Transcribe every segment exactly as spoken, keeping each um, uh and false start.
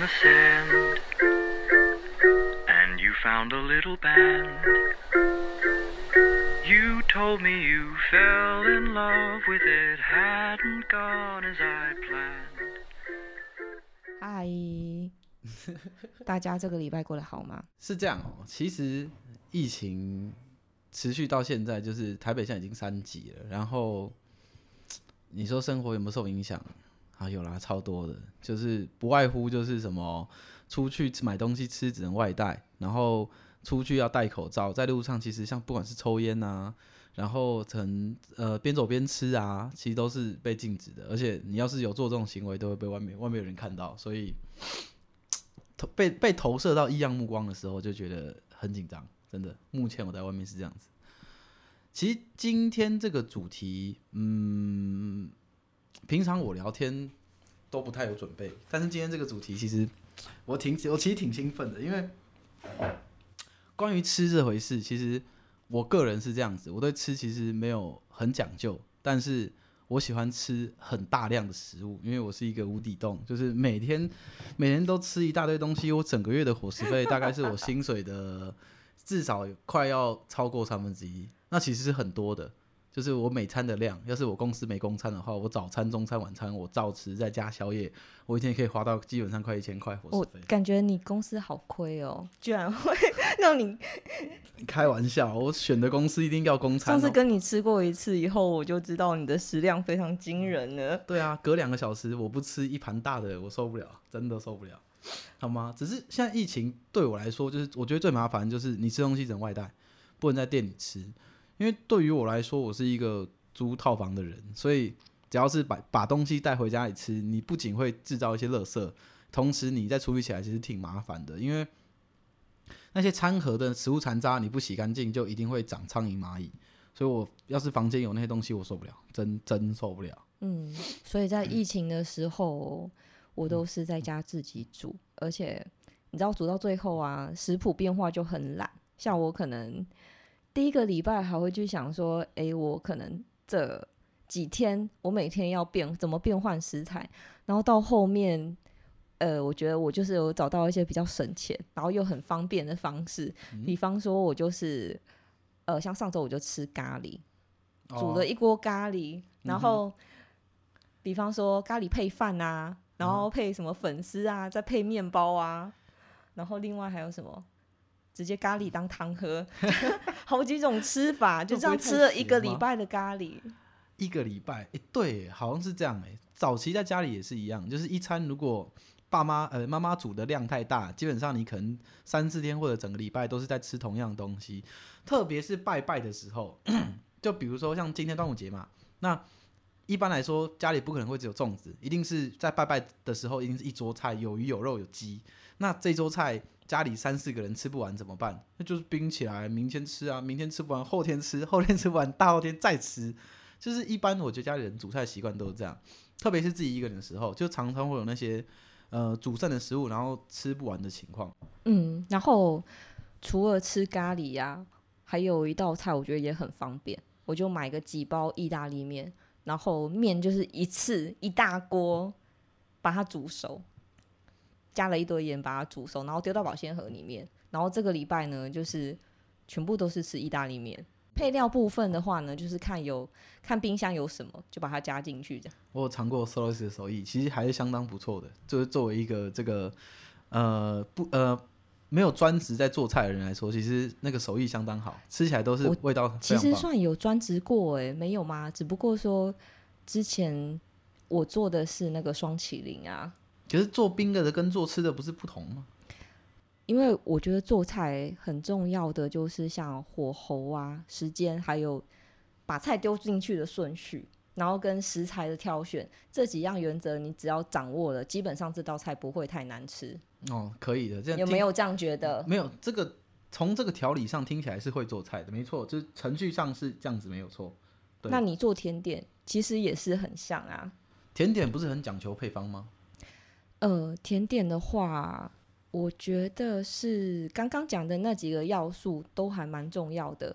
the sand, and you found a little band. You told me you fell in love with it, hadn't gone as I planned. 嗨，大家这个礼拜过得好吗？ 是这样哦，其实疫情持续到现在，就是台北现在已经三级了，然后你说生活有没有受影响？啊，有啦，超多的，就是不外乎就是什么出去买东西吃只能外带，然后出去要戴口罩，在路上其实像不管是抽烟啊，然后曾呃边走边吃啊，其实都是被禁止的，而且你要是有做这种行为，都会被外面外面有人看到，所以被被投射到异样目光的时候，就觉得很紧张，真的。目前我在外面是这样子。其实今天这个主题，嗯，平常我聊天都不太有准备，但是今天这个主题，其实我挺我其实挺兴奋的，因为关于吃这回事，其实我个人是这样子，我对吃其实没有很讲究，但是我喜欢吃很大量的食物，因为我是一个无底洞，就是每天每天都吃一大堆东西，我整个月的伙食费大概是我薪水的至少快要超过三分之一，那其实是很多的。就是我每餐的量，要是我公司没公餐的话，我早餐、中餐、晚餐我照吃，再加宵夜，我一天可以花到基本上快一千块伙食费。 我感觉你公司好亏哦，居然会让你。 开玩笑，我选的公司一定要公餐、哦。 上次跟你吃过一次以后，我就知道你的食量非常惊人了。 对啊，隔两个小时我不吃一盘大的，我受不了，真的受不了，好吗？只是现在疫情对我来说，就是我觉得最麻烦的就是你吃东西只能外带，不能在店里吃。因为对于我来说，我是一个租套房的人，所以只要是 把, 把东西带回家里吃，你不仅会制造一些垃圾，同时你在处理起来其实挺麻烦的，因为那些餐盒的食物残渣你不洗干净，就一定会长苍蝇蚂蚁。所以我要是房间有那些东西，我受不了，真真受不了。 嗯，所以在疫情的时候，我都是在家自己煮，而且你知道煮到最后啊，食谱变化就很懒。像我可能第一个礼拜还会去想说，哎、欸，我可能这几天我每天要变怎么变换食材，然后到后面，呃，我觉得我就是有找到一些比较省钱，然后又很方便的方式，嗯、比方说我就是，呃，像上周我就吃咖喱，煮了一锅咖喱，哦、然后、嗯、比方说咖喱配饭啊，然后配什么粉丝啊，再配面包啊，然后另外还有什么？直接咖喱当汤喝，好几种吃法，就这样吃了一个礼拜的咖喱。 一个礼拜，哎，对，好像是这样哎。早期在家里也是一样，就是一餐如果爸妈呃妈妈煮的量太大，基本上你可能三四天或者整个礼拜都是在吃同样的东西。特别是拜拜的时候，就比如说像今天端午节嘛，那一般来说家里不可能会只有粽子，一定是在拜拜的时候一定是一桌菜，有鱼有肉有鸡。那这桌菜家里三四个人吃不完怎么办？那就是冰起来，明天吃啊，明天吃不完，后天吃，后天吃不完，大后天再吃。就是一般我觉得家里人煮菜习惯都是这样，特别是自己一个人的时候，就常常会有那些呃煮剩的食物，然后吃不完的情况。 嗯，然后除了吃咖喱啊，还有一道菜我觉得也很方便，我就买个几包意大利面，然后面就是一次一大锅把它煮熟。加了一堆盐把它煮熟，然后丢到保鲜盒里面。然后这个礼拜呢，就是全部都是吃意大利面。配料部分的话呢，就是看有看冰箱有什么，就把它加进去这样。 我有尝过 Solis 的手艺，其实还是相当不错的。就是作为一个这个呃不呃没有专职在做菜的人来说，其实那个手艺相当好，吃起来都是味道非常棒。 其实算有专职过哎，没有吗？只不过说之前我做的是那个双麒麟啊。 可是做冰的跟做吃的不是不同吗？ 因为我觉得做菜很重要的就是像火候啊、时间，还有把菜丢进去的顺序，然后跟食材的挑选这几样原则，你只要掌握了，基本上这道菜不会太难吃。 哦，可以的。这样有没有这样觉得？ 没有，这个从这个条理上听起来是会做菜的，没错，就是程序上是这样子，没有错。对， 那你做甜点其实也是很像啊。 甜点不是很讲求配方吗？ 呃，甜点的话，我觉得是刚刚讲的那几个要素都还蛮重要的。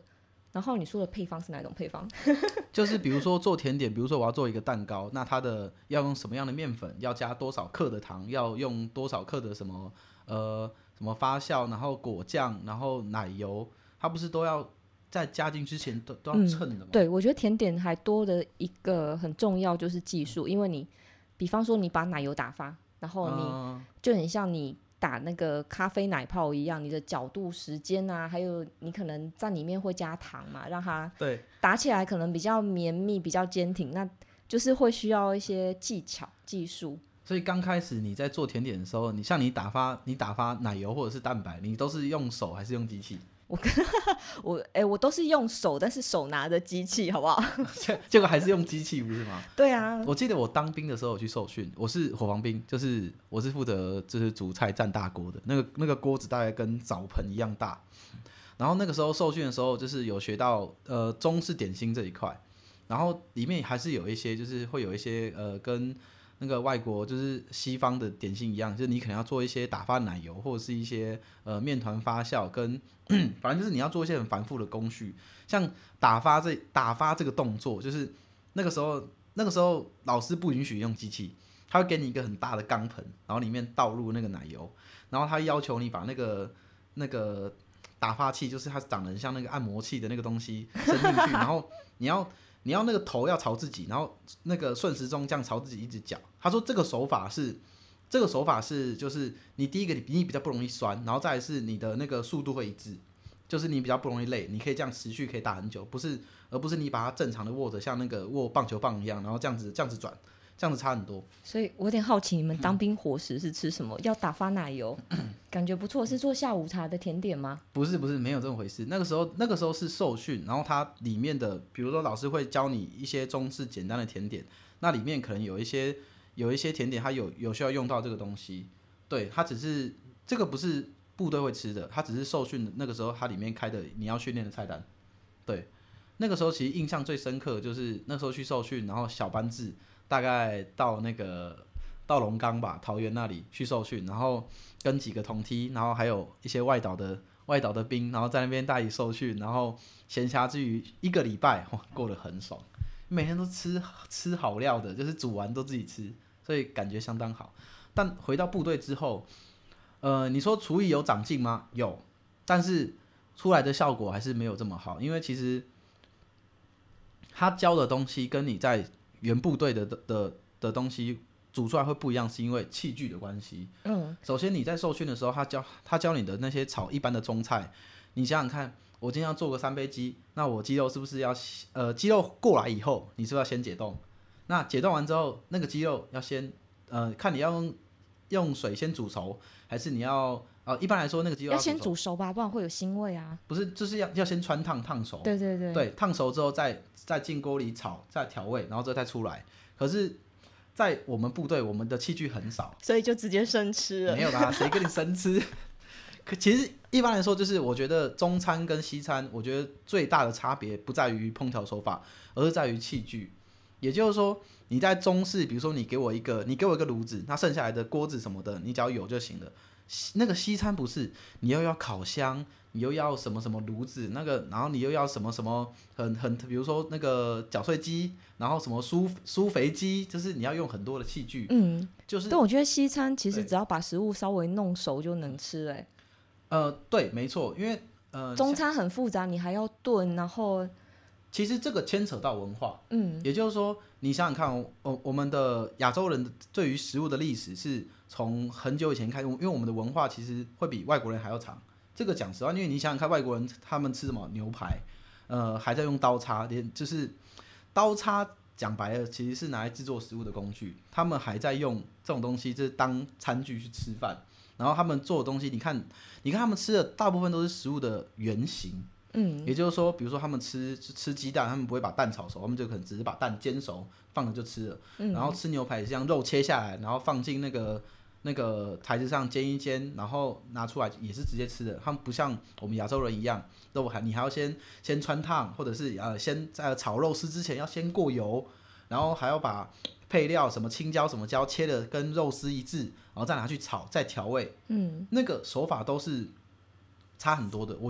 然后你说的配方是哪种配方？ 就是比如说做甜点，比如说我要做一个蛋糕，那它的要用什么样的面粉，要加多少克的糖，要用多少克的什么呃什么发酵，然后果酱，然后奶油，它不是都要在加进之前都都要称的吗？ 嗯，对，我觉得甜点还多的一个很重要就是技术，因为你比方说你把奶油打发，然后你、 嗯、 就很像你打那个咖啡奶泡一样，你的角度、时间啊，还有你可能在里面会加糖嘛，让它对打起来可能比较绵密、比较坚挺，那就是会需要一些技巧、技术。 所以刚开始你在做甜点的时候，你像你打发你打发奶油或者是蛋白，你都是用手还是用机器？ 我哎、欸，我都是用手，但是手拿着机器，好不好？ 结果还是用机器，不是吗？ 对啊， 我记得我当兵的时候，我去受训，我是伙房兵，就是我是负责就是煮菜占大锅的，那个那个锅子大概跟澡盆一样大。然后那个时候受训的时候，就是有学到呃中式点心这一块，然后里面还是有一些就是会有一些呃跟那个外国就是西方的点心一样，就是你可能要做一些打发奶油或者是一些呃面团发酵跟反正就是你要做一些很繁复的工序，像打发这打发这个动作，就是那个时候那个时候老师不允许用机器，他会给你一个很大的钢盆，然后里面倒入那个奶油，然后他要求你把那个那个打发器，就是它长得很像那个按摩器的那个东西伸进去，然后你要你要那个头要朝自己，然后那个顺时钟这样朝自己一直搅。他说这个手法是。这个手法是，就是你第一个你比较不容易酸，然后再来是你的那个速度会一致，就是你比较不容易累，你可以这样持续可以打很久，不是而不是你把它正常的握着，像那个握棒球棒一样，然后这样子这样子转，这样子差很多。 所以我有点好奇，你们当兵伙食是吃什么？要打发奶油，感觉不错，是做下午茶的甜点吗？ 不是不是，没有这种回事。那个时候那个时候是受训，然后它里面的，比如说老师会教你一些中式简单的甜点，那里面可能有一些。有一些甜点它有有需要用到这个东西，对，它只是这个不是部队会吃的，它只是受训的那个时候它里面开的你要训练的菜单，对，那个时候其实印象最深刻就是那时候去受训，然后小班制，大概到那个到龙岗吧，桃园那里去受训，然后跟几个同梯，然后还有一些外岛的外岛的兵，然后在那边大一受训，然后闲暇之余一个礼拜哇过得很爽。每天都吃吃好料的，就是煮完都自己吃，所以感觉相当好。但回到部队之后，呃，你说厨艺有长进吗？有，但是出来的效果还是没有这么好，因为其实他教的东西跟你在原部队的的的的东西煮出来会不一样，是因为器具的关系。 嗯， 首先你在受训的时候，他教他教你的那些炒一般的中菜，你想想看。我今天要做个三杯鸡，那我鸡肉是不是要呃鸡肉过来以后，你是不是要先解冻？那解冻完之后，那个鸡肉要先呃看你要用用水先煮熟，还是你要呃一般来说那个鸡肉要, 要先煮熟吧，不然会有腥味啊。 不是，就是要要先穿烫烫熟。 对对对， 对，烫熟之后再再进锅里炒，再调味，然后之后再出来。可是，在我们部队，我们的器具很少， 所以就直接生吃了。 没有啦，谁跟你生吃？可其实一般来说，就是我觉得中餐跟西餐，我觉得最大的差别不在于烹调手法，而是在于器具。也就是说，你在中式，比如说你给我一个，你给我一个炉子，那剩下来的锅子什么的，你只要有就行了。那个西餐不是，你又要烤箱，你又要什么什么炉子，那个，然后你又要什么什么很很，比如说那个搅碎机，然后什么酥酥肥机，就是你要用很多的器具。 嗯， 就是。 但我觉得西餐其实只要把食物稍微弄熟就能吃了、欸。 呃，对，没错，因为呃， 中餐很复杂，你还要炖，然后其实这个牵扯到文化， 嗯， 也就是说，你想想看、哦，我我们的亚洲人对于食物的历史是从很久以前开始，因为我们的文化其实会比外国人还要长。这个讲实话，因为你想想看，外国人他们吃什么牛排，呃，还在用刀叉，连就是刀叉讲白了，其实是拿来制作食物的工具，他们还在用这种东西，就是当餐具去吃饭。然后他们做的东西，你看，你看他们吃的大部分都是食物的原型， 嗯， 也就是说，比如说他们吃吃鸡蛋，他们不会把蛋炒熟，他们就可能只是把蛋煎熟，放了就吃了。 嗯、 然后吃牛排也是这样，肉切下来，然后放进那个那个台子上煎一煎，然后拿出来也是直接吃的。他们不像我们亚洲人一样，肉还你还要先先穿烫，或者是呃先在炒肉丝之前要先过油，然后还要把配料什么青椒什么椒切的跟肉丝一致，然后再拿去炒，再调味。 嗯， 那个手法都是差很多的。我觉得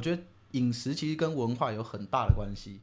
饮食其实跟文化有很大的关系。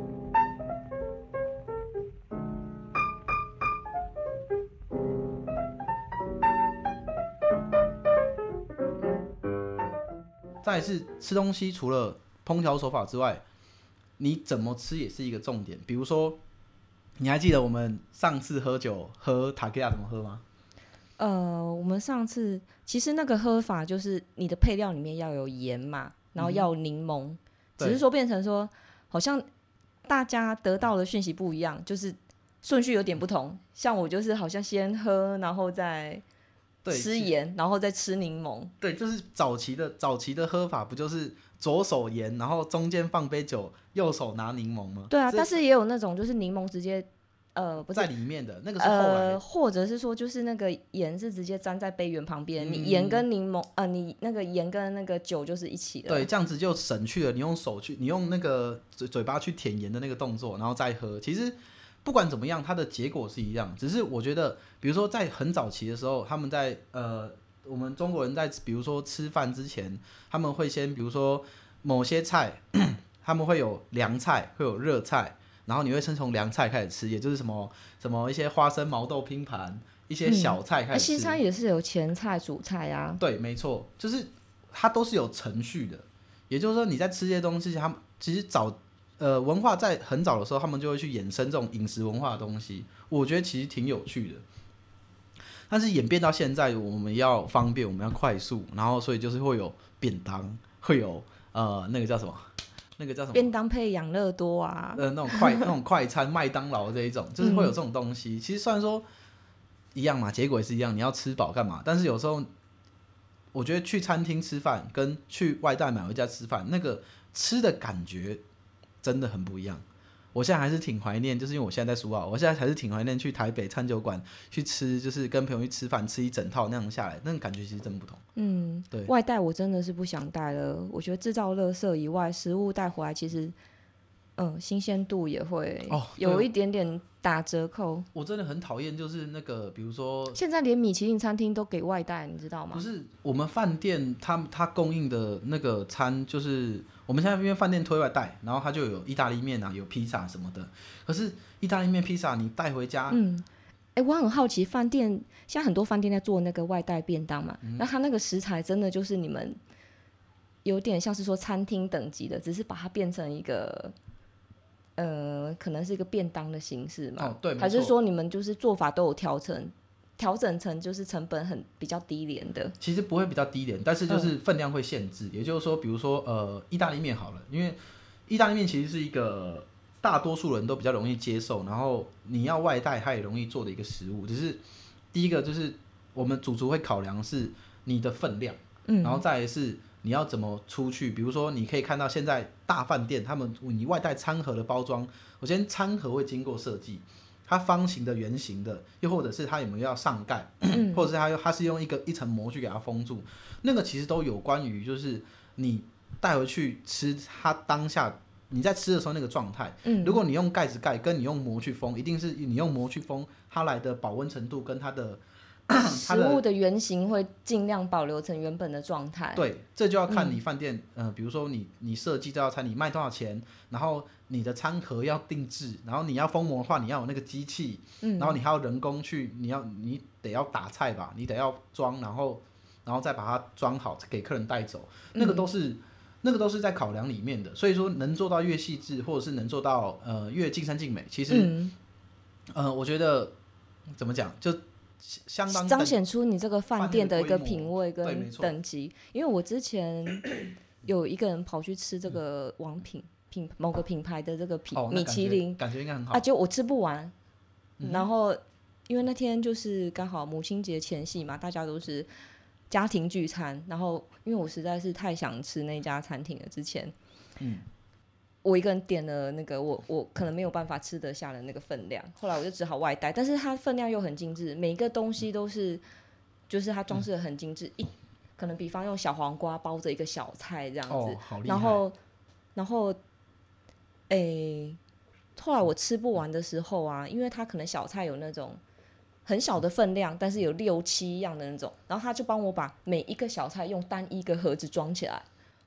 再来是吃东西，除了烹调手法之外，你怎么吃也是一个重点。比如说，你还记得我们上次喝酒喝塔克亚怎么喝吗？ 呃，我们上次其实那个喝法就是你的配料里面要有盐嘛，然后要有柠檬，嗯、只是说变成说好像大家得到的讯息不一样，就是顺序有点不同。像我就是好像先喝，然后再吃盐，然后再吃柠檬。对， 就是早期的早期的喝法不就是左手盐，然后中间放杯酒，右手拿柠檬吗？ 对啊，但是也有那种就是柠檬直接。呃，不是在里面的那个是后来的， 呃，或者是说，就是那个盐是直接沾在杯缘旁边，嗯、你盐跟柠檬，呃，你那个盐跟那个酒就是一起的。 对，这样子就省去了你用手去，你用那个嘴嘴巴去舔盐的那个动作，然后再喝。其实不管怎么样，它的结果是一样，只是我觉得，比如说在很早期的时候，他们在呃，我们中国人在比如说吃饭之前，他们会先比如说某些菜，他们会有凉菜，会有热菜。然后你会先从凉菜开始吃，也就是什么什么一些花生毛豆拼盘，一些小菜开始吃。 西餐也是有前菜、主菜啊。 对，没错，就是它都是有程序的。也就是说，你在吃这些东西，他们其实早呃文化在很早的时候，他们就会去衍生这种饮食文化的东西。我觉得其实挺有趣的。但是演变到现在，我们要方便，我们要快速，然后所以就是会有便当，会有呃那个叫什么？那个叫什么？ 便当配养乐多啊， 呃，那种快那种快餐，麦当劳这一种，就是会有这种东西。嗯、其实虽然说一样嘛，结果也是一样，你要吃饱干嘛？但是有时候我觉得去餐厅吃饭跟去外带买回家吃饭，那个吃的感觉真的很不一样。我现在还是挺怀念，就是因为我现在在苏澳，我现在还是挺怀念去台北餐酒馆去吃，就是跟朋友去吃饭，吃一整套那样下来，那种感觉其实真不同。 嗯，对，外带我真的是不想带了。我觉得制造垃圾以外，食物带回来其实，嗯，新鲜度也会有一点点打折扣。哦、 我真的很讨厌，就是那个比如说， 现在连米其林餐厅都给外带，你知道吗？ 不是，我们饭店它它供应的那个餐就是。我们现在因为饭店推外带，然后它就有意大利面啊，有披萨什么的。可是意大利面、披萨你带回家， 嗯，哎、欸，我很好奇，饭店现在很多饭店在做那个外带便当嘛，嗯、那它那个食材真的就是你们有点像是说餐厅等级的，只是把它变成一个呃，可能是一个便当的形式嘛？ 哦，对， 还是说你们就是做法都有调整？调整成就是成本很比较低廉的， 其实不会比较低廉，但是就是分量会限制。嗯、也就是说，比如说呃，意大利面好了，因为意大利面其实是一个大多数人都比较容易接受，然后你要外带它也容易做的一个食物。只是第一个就是我们主厨会考量是你的分量，嗯，然后再来是你要怎么出去。比如说，你可以看到现在大饭店他们你外带餐盒的包装，首先餐盒会经过设计。它方形的、圆形的，又或者是它有没有要上盖，嗯、或者是它它是用一个一层膜去给它封住，那个其实都有关于就是你带回去吃，它当下你在吃的时候那个状态。嗯、如果你用盖子盖，跟你用膜去封，一定是你用膜去封，它来的保温程度跟它的食物的原型会尽量保留成原本的状态。 对，这就要看你饭店，嗯、呃，比如说你你设计这道餐，你卖多少钱，然后你的餐盒要定制，然后你要封膜的话，你要有那个机器，嗯、然后你还要人工去，你要你得要打菜吧，你得要装，然后然后再把它装好给客人带走，那个都是、嗯、那个都是在考量里面的。所以说能做到越细致，或者是能做到呃越尽善尽美，其实，嗯、呃，我觉得怎么讲就。相当彰显出你这个饭店的一个品味跟等级，因为我之前有一个人跑去吃这个王品品某个品牌的这个品、哦、米其林， 感觉应该很好啊，就我吃不完，嗯、然后因为那天就是刚好母亲节前夕嘛，大家都是家庭聚餐，然后因为我实在是太想吃那家餐厅了，之前，嗯。我一个人点了那个我我可能没有办法吃得下的那个分量，后来我就只好外带，但是它分量又很精致，每一个东西都是就是它装饰的很精致，一可能比方用小黄瓜包着一个小菜这样子， 哦、好厉害。 然后然后诶，后来我吃不完的时候啊，因为它可能小菜有那种很小的分量，但是有六七样的那种，然后他就帮我把每一个小菜用单一个盒子装起来。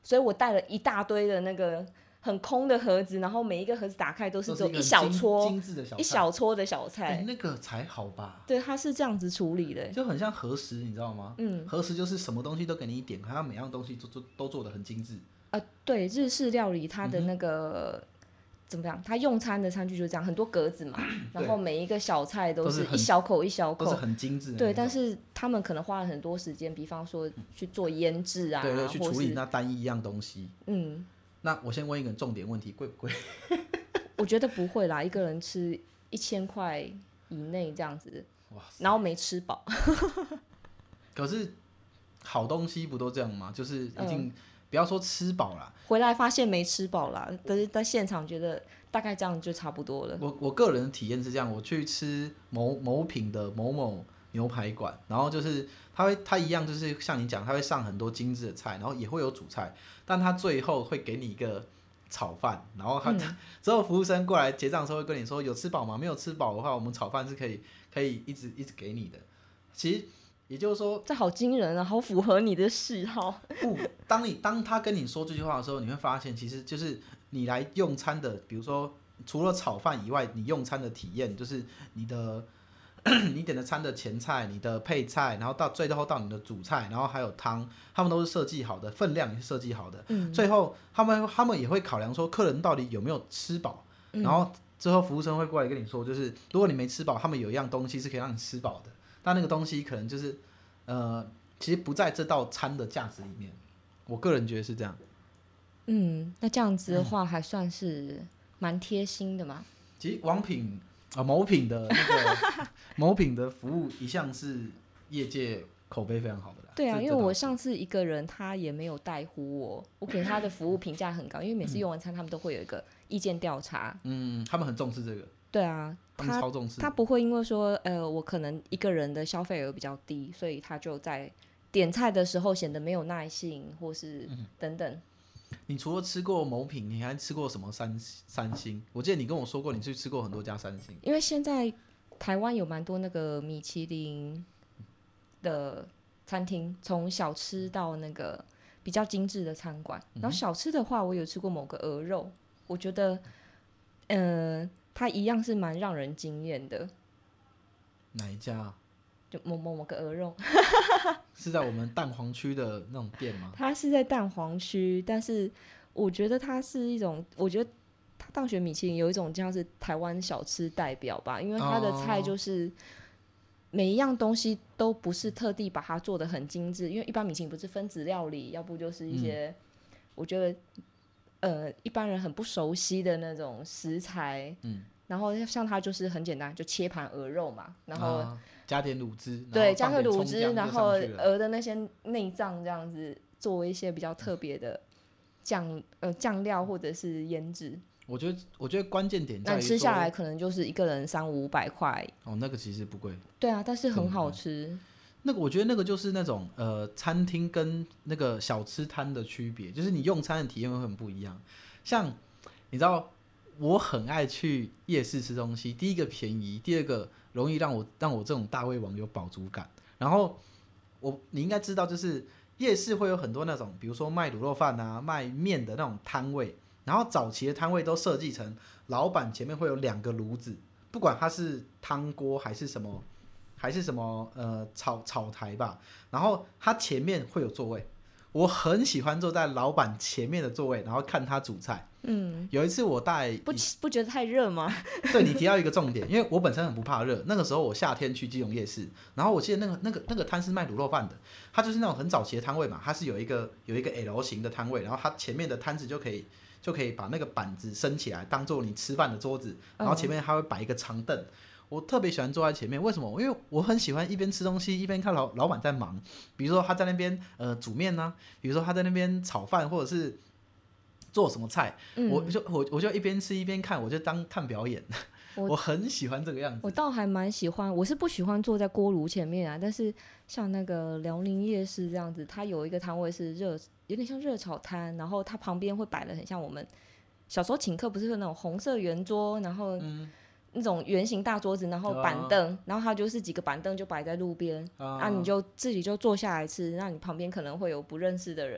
所以我带了一大堆的那个很空的盒子，然后每一个盒子打开都是只有一小撮精致的小菜， 一小撮的小菜、 欸，那个才好吧？ 对，他是这样子处理的， 就很像和食，你知道吗？ 嗯， 和食就是什么东西都给你一点，它每样东西都都都做的很精致。 呃，对，日式料理它的那个、嗯、怎么样？它用餐的餐具就是这样，很多格子嘛，然后每一个小菜都是一小口一小口， 都是很精致的。 对，但是他们可能花了很多时间，比方说去做腌制啊， 对对，去处理那单一一样东西。 嗯， 那我先问一个重点问题，贵不贵？ 我觉得不会啦，一个人吃一千块以内这样子，然后没吃饱。 可是好东西不都这样吗？就是已经、嗯、不要说吃饱啦， 回来发现没吃饱啦，但是在现场觉得大概这样就差不多了。 我我个人的体验是这样，我去吃某某品的某某牛排馆，然后就是他会他一样就是像你讲，他会上很多精致的菜，然后也会有主菜，但他最后会给你一个炒饭，然后他、嗯、之后服务生过来结账的时候会跟你说有吃饱吗？没有吃饱的话，我们炒饭是可以可以一直一直给你的。其实也就是说， 这好惊人啊，好符合你的嗜好。 不，当你当他跟你说这句话的时候，你会发现其实就是你来用餐的，比如说除了炒饭以外，你用餐的体验就是你的你点的餐的前菜、你的配菜，然后到最后到你的主菜，然后还有汤，他们都是设计好的，分量也是设计好的。嗯，最后他们他们也会考量说客人到底有没有吃饱，嗯、然后最后服务生会过来跟你说，就是如果你没吃饱，他们有一样东西是可以让你吃饱的，但那个东西可能就是呃，其实不在这道餐的价值里面。我个人觉得是这样。 嗯，那这样子的话还算是蛮贴心的嘛。 其实王品啊、呃，某品的那个某品的服务一向是业界口碑非常好的啦。 对啊，因为我上次一个人他也没有带呼我，我给他的服务评价很高，因为每次用完餐他们都会有一个意见调查。 嗯，他们很重视这个。 对啊， 他们超重视。 他不会因为说呃我可能一个人的消费额比较低，所以他就在点菜的时候显得没有耐性，或是等等。 嗯，你除了吃过某品，你还吃过什么三三星？我记得你跟我说过，你去吃过很多家三星。 因为现在台湾有蛮多那个米其林的餐厅，从小吃到那个比较精致的餐馆。然后小吃的话，我有吃过某个鹅肉，我觉得，呃，它一样是蛮让人惊艳的。 哪一家啊？ 就某某某个鹅肉。 是在我们蛋黄区的那种店吗？ 它是在蛋黄区，但是我觉得它是一种，我觉得它当选米其林有一种像是台湾小吃代表吧，因为它的菜就是每一样东西都不是特地把它做得很精致，因为一般米其林不是分子料理，要不就是一些、嗯、我觉得呃一般人很不熟悉的那种食材，嗯，然后像它就是很简单，就切盘鹅肉嘛，然后、 啊、加点卤汁， 对，加个卤汁，然后鹅的那些内脏这样子做一些比较特别的酱呃酱料或者是腌制。 我觉得我觉得关键点在于那吃下来可能就是一个人三五百块。 哦，那个其实不贵。 对啊，但是很好吃。 那个我觉得那个就是那种呃餐厅跟那个小吃摊的区别，就是你用餐的体验会很不一样。像你知道我很爱去夜市吃东西，第一个便宜，第二个容易让我让我这种大胃王有饱足感。然后我你应该知道，就是夜市会有很多那种，比如说卖卤肉饭啊、卖面的那种摊位，然后早期的摊位都设计成老板前面会有两个炉子，不管它是汤锅还是什么，还是什么呃炒炒台吧，然后它前面会有座位。我很喜欢坐在老板前面的座位，然后看他煮菜。嗯，有一次我带不不觉得太热吗？ 对，你提到一个重点，因为我本身很不怕热。那个时候我夏天去基隆夜市，然后我记得那个那个那个摊是卖卤肉饭的，它就是那种很早期的摊位嘛，它是有一个有一个 L 型的摊位，然后它前面的摊子就可以就可以把那个板子升起来，当做你吃饭的桌子，然后前面还会摆一个长凳。我特别喜欢坐在前面，为什么？因为我很喜欢一边吃东西一边看老老板在忙，比如说他在那边呃煮面啊，比如说他在那边炒饭或者是做什么菜，嗯、我就我我就一边吃一边看，我就当看表演。我, 我很喜欢这个样子。 我倒还蛮喜欢，我是不喜欢坐在锅炉前面啊，但是像那个辽宁夜市这样子，它有一个摊位是热，有点像热炒摊，然后它旁边会摆的很像我们小时候请客不是有那种红色圆桌，然后、嗯那种圆形大桌子，然后板凳、啊，然后它就是几个板凳就摆在路边，啊，啊你就自己就坐下来吃，那你旁边可能会有不认识的人，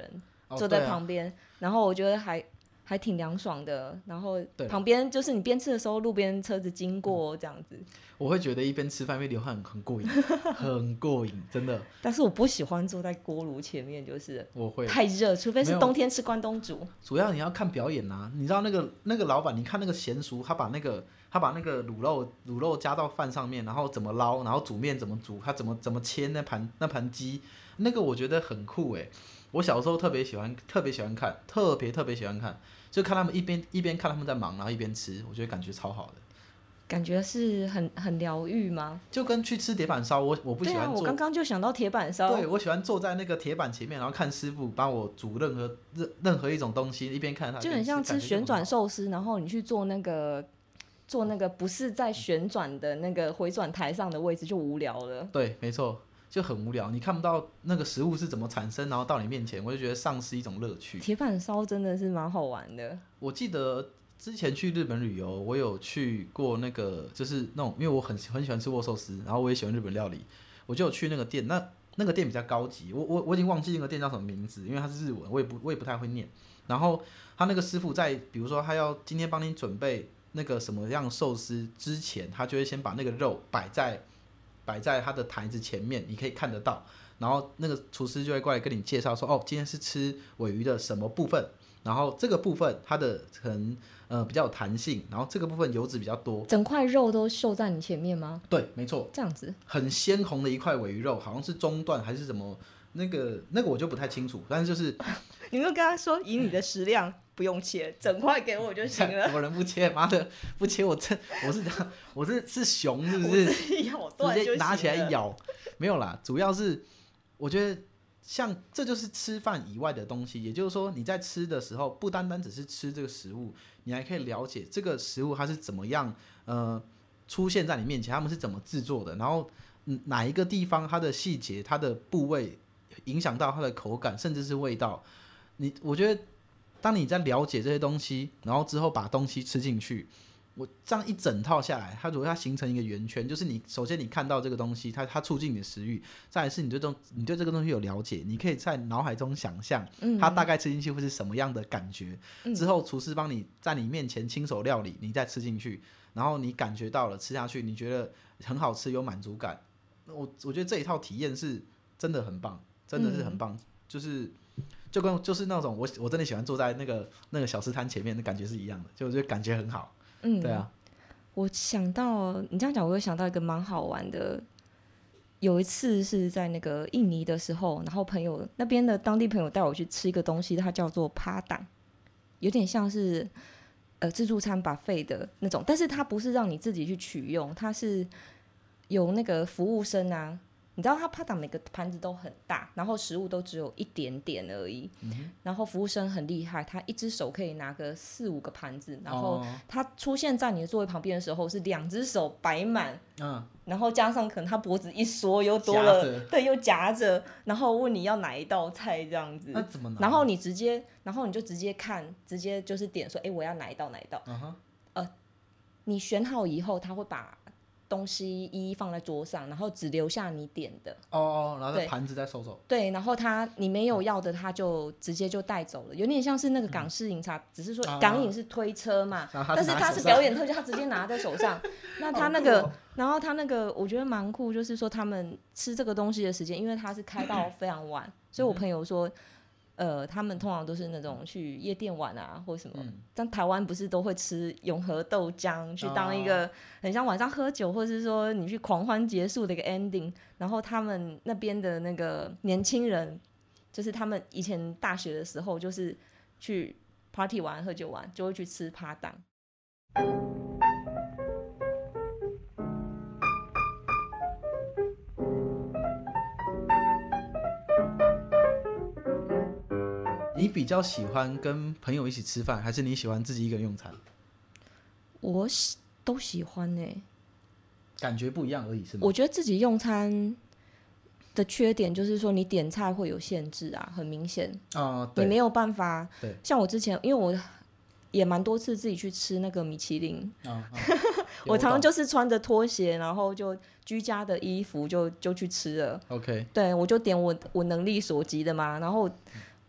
哦坐在对啊旁边，然后我觉得还还挺凉爽的。然后对啦旁边就是你边吃的时候，路边车子经过这样子。 我会觉得一边吃饭一边流汗很过瘾，很过瘾，真的。 但是我不喜欢坐在锅炉前面，就是我会太热，除非是没有冬天吃关东煮。 主要你要看表演啊，你知道那个那个老板，你看那个娴熟，他把那个他把那个卤肉卤肉加到饭上面，然后怎么捞，然后煮面怎么煮，他怎么怎么切那盘那盘鸡，那个我觉得很酷哎。我小时候特别喜欢特别喜欢看，特别特别喜欢看，就看他们一边一边看他们在忙，然后一边吃，我觉得感觉超好的。 感觉是很很疗愈吗？ 就跟去吃铁板烧，我我不喜对啊， 欢坐。 我刚刚就想到铁板烧。 对，我喜欢坐在那个铁板前面，然后看师傅帮我煮任何任任何一种东西，一边看他就很像吃旋转寿司，然后你去做那个做那个不是在旋转的那个回转台上的位置就无聊了。 对，没错，就很无聊，你看不到那个食物是怎么产生，然后到你面前，我就觉得丧失一种乐趣。 铁板烧真的是蛮好玩的。 我记得之前去日本旅游，我有去过那个，就是那种，因为我很很喜欢吃握寿司，然后我也喜欢日本料理，我就有去那个店。那那个店比较高级，我我我已经忘记那个店叫什么名字，因为它是日文，我也不我也不太会念。然后他那个师傅在，比如说他要今天帮你准备那个什么样寿司之前，他就会先把那个肉摆在摆在他的台子前面，你可以看得到。然后那个厨师就会过来跟你介绍说，哦，今天是吃鲔鱼的什么部分，然后这个部分它的可能呃比较有弹性，然后这个部分油脂比较多。 整块肉都秀在你前面吗？ 对，没错， 这样子很鲜红的一块鲔鱼肉，好像是中段还是什么，那个那个我就不太清楚，但是就是你就跟他说，以你的食量不用切，整块给我就行了。 有人不切，妈的不切我真我是我是是熊是不是？ 我自己咬断就行了， 直接拿起来咬，没有啦，主要是我觉得像这就是吃饭以外的东西，也就是说你在吃的时候，不单单只是吃这个食物，你还可以了解这个食物它是怎么样呃出现在你面前，他们是怎么制作的，然后、嗯、哪一个地方它的细节、它的部位影响到它的口感，甚至是味道。你我觉得当你在了解这些东西，然后之后把东西吃进去。我这样一整套下来，它如果它形成一个圆圈，就是你首先你看到这个东西，它它促进你的食欲，再来是你对这你对这个东西有了解，你可以在脑海中想象它大概吃进去会是什么样的感觉。嗯、之后厨师帮你在你面前亲手料理，你再吃进去，然后你感觉到了吃下去，你觉得很好吃，有满足感。我我觉得这一套体验是真的很棒，真的是很棒，嗯、就是就跟就是那种我我真的喜欢坐在那个那个小吃摊前面的感觉是一样的，就我觉得感觉很好。 嗯， 对啊， 我想到你这样讲，我又想到一个蛮好玩的。有一次是在那个印尼的时候，然后朋友那边的当地朋友带我去吃一个东西，它叫做趴档，有点像是呃自助餐 buffet 的那种，但是它不是让你自己去取用，它是有那个服务生啊。你知道他趴档每个盘子都很大，然后食物都只有一点点而已、嗯、然后服务生很厉害，他一只手可以拿个四五个盘子，然后他出现在你的座位旁边的时候是两只手摆满、嗯、然后加上可能他脖子一缩又多了，对，又夹着，然后问你要哪一道菜这样子。 那怎么拿？ 然后你直接然后你就直接看，直接就是点说，哎，我要哪一道哪一道、uh-huh. 呃，你选好以后他会把东西一一放在桌上，然后只留下你点的哦哦，然后盘子再收走。 对，然后他你没有要的，他就直接就带走了，有点像是那个港式饮茶，嗯、只是说港饮是推车嘛，啊、但是他是表演特技，他直接拿在手上。那他那个，哦、然后他那个，我觉得蛮酷，就是说他们吃这个东西的时间，因为他是开到非常晚，所以我朋友说。呃，他们通常都是那种去夜店玩啊，或什么。嗯、但台湾不是都会吃永和豆浆，去当一个很像晚上喝酒，或是说你去狂欢结束的一个 ending。然后他们那边的那个年轻人，就是他们以前大学的时候，就是去 party 玩、喝酒玩，就会去吃趴档。 你比较喜欢跟朋友一起吃饭，还是你喜欢自己一个人用餐？ 我喜都喜欢欸， 感觉不一样而已是吗？ 我觉得自己用餐的缺点就是说，你点菜会有限制啊，很明显啊、呃， 你没有办法。 对， 像我之前，因为我也蛮多次自己去吃那个米其林，啊啊、我常常就是穿着拖鞋，然后就居家的衣服就就去吃了。 OK， 对，我就点我我能力所及的嘛，然后。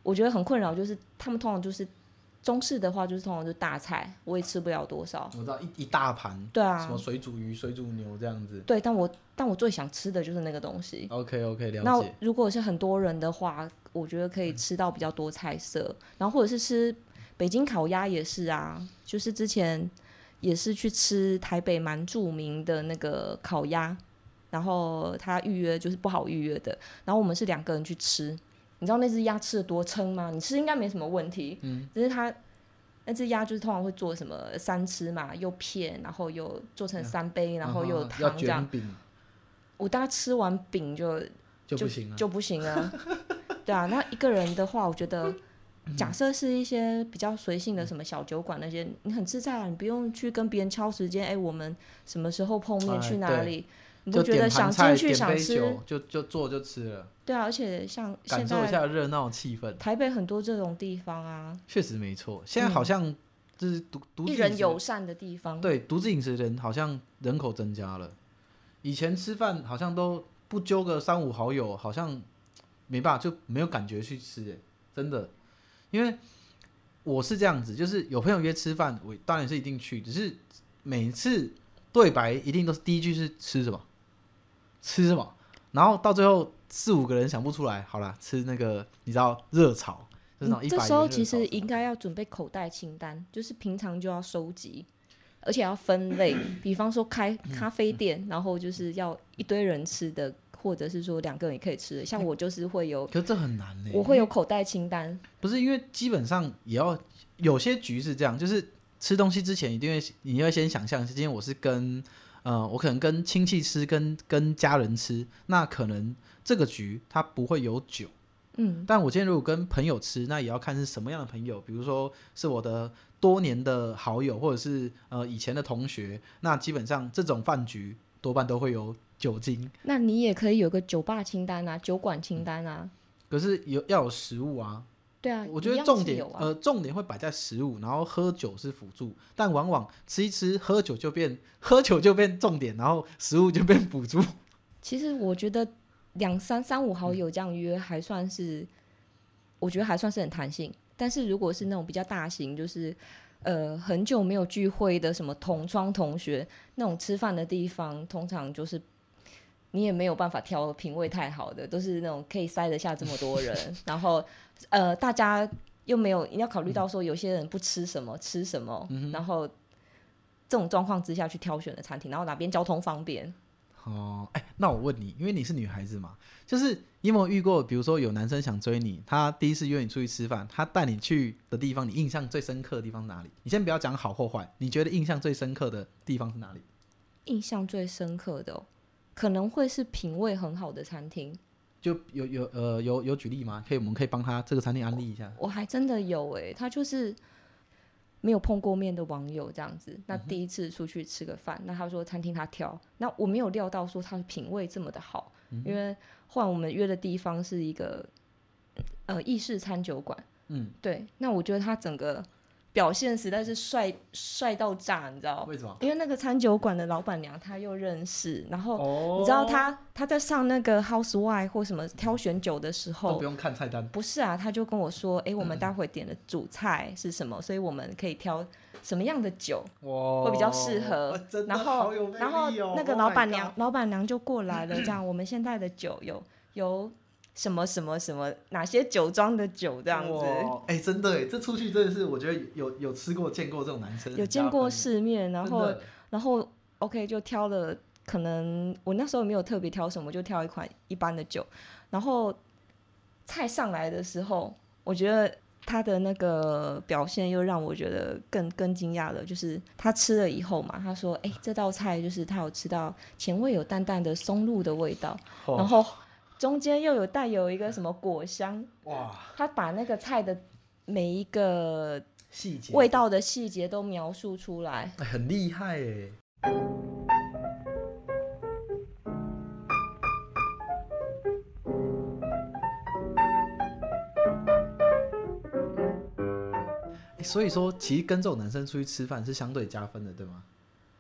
我觉得很困扰，就是他们通常就是中式的话，就是通常就是大菜，我也吃不了多少。 我知道一一大盘， 对啊， 什么水煮鱼、水煮牛这样子。 对，但我但我最想吃的就是那个东西。 OK OK， 了解。 那如果是很多人的话，我觉得可以吃到比较多菜色，然后或者是吃北京烤鸭也是啊，就是之前也是去吃台北蛮著名的那个烤鸭，然后他预约就是不好预约的，然后我们是两个人去吃。你知道那只鸭吃的多撑吗？你吃应该没什么问题，嗯，只是它那只鸭就是通常会做什么三吃嘛，又片，然后又做成三杯，嗯、然后又有汤这样。我大概吃完饼就就不行了， 就不行了。对啊，那一个人的话，我觉得假设是一些比较随性的什么小酒馆那些，你很自在啊，你不用去跟别人敲时间，哎、欸，我们什么时候碰面，去哪里？你不觉得想进去想吃就就坐就吃了？ 对啊，而且像现在感受一下热闹气氛。 台北很多这种地方啊， 确实没错。现在好像就是独独自一人友善的地方， 对，独自饮食的人好像人口增加了。以前吃饭好像都不揪个三五好友，好像没办法，就没有感觉去吃，哎，真的。因为我是这样子，就是有朋友约吃饭，我当然是一定去，只是每次对白一定都是第一句是吃什么，吃什么，然后到最后四五个人想不出来，好啦，吃那个你知道热炒，就是那种一百元热炒。 这时候其实应该要准备口袋清单，就是平常就要收集，而且要分类，比方说开咖啡店，然后就是要一堆人吃的，或者是说两个人也可以吃的。像我就是会有， 可是这很难呢、欸。 我会有口袋清单， 不是因为基本上也要有些局是这样，就是吃东西之前一定会你要先想象，今天我是跟呃我可能跟亲戚吃，跟跟家人吃，那可能这个局它不会有酒。嗯，但我今天如果跟朋友吃，那也要看是什么样的朋友，比如说是我的多年的好友，或者是呃以前的同学，那基本上这种饭局多半都会有酒精。 那你也可以有个酒吧清单啊，酒馆清单啊。 可是有要有食物啊。 对啊， 我觉得重点、 啊、 呃重点会摆在食物，然后喝酒是辅助，但往往吃一吃喝酒就变喝酒就变重点，然后食物就变辅助。 其实我觉得两三三五好友这样约还算是，我觉得还算是很弹性。但是如果是那种比较大型，就是呃很久没有聚会的什么同窗同学那种吃饭的地方，通常就是你也没有办法挑品味太好的，都是那种可以塞得下这么多人，然后呃大家又没有，你要考虑到说有些人不吃什么吃什么，嗯、然后这种状况之下去挑选的餐厅，然后哪边交通方便。 哦，哎，那我问你，因为你是女孩子嘛，就是你有没有遇过，比如说有男生想追你，他第一次约你出去吃饭，他带你去的地方，你印象最深刻的地方是哪里？你先不要讲好或坏，你觉得印象最深刻的地方是哪里？ 印象最深刻的、哦，可能会是品味很好的餐厅。 就有有呃有有举例吗？可以，我们可以帮他这个餐厅安利一下。 我, 我还真的有哎、欸，他就是没有碰过面的网友这样子，那第一次出去吃个饭，那他说餐厅他挑，那我没有料到说他的品味这么的好，嗯、因为后来我们约的地方是一个呃意式餐酒馆，嗯，对，那我觉得他整个表现实在是帅帅到炸，你知道为什么？ 因为那个餐酒馆的老板娘她又认识，然后你知道她她在上那个 Housewife 或什么挑选酒的时候都不用看菜单。 不是啊，他就跟我说，哎、欸，我们待会点的主菜是什么，嗯、所以我们可以挑什么样的酒会比较适合。然后然后那个老板娘、oh、老板娘就过来了，这样我们现在的酒有有。什么什么什么哪些酒庄的酒这样子， 哎、欸，真的哎，这出去真的是我觉得有有吃过见过这种男生， 有见过世面，然后然后 OK 就挑了，可能我那时候没有特别挑什么，就挑一款一般的酒，然后菜上来的时候，我觉得他的那个表现又让我觉得更更惊讶了，就是他吃了以后嘛，他说，哎、欸，这道菜就是他有吃到前味有淡淡的松露的味道，哦、然后。中间又有带有一个什么果香，哇！他把那个菜的每一个细节、味道的细节都描述出来， 欸、很厉害耶！欸、所以说，其实跟这种男生出去吃饭是相对加分的，对吗？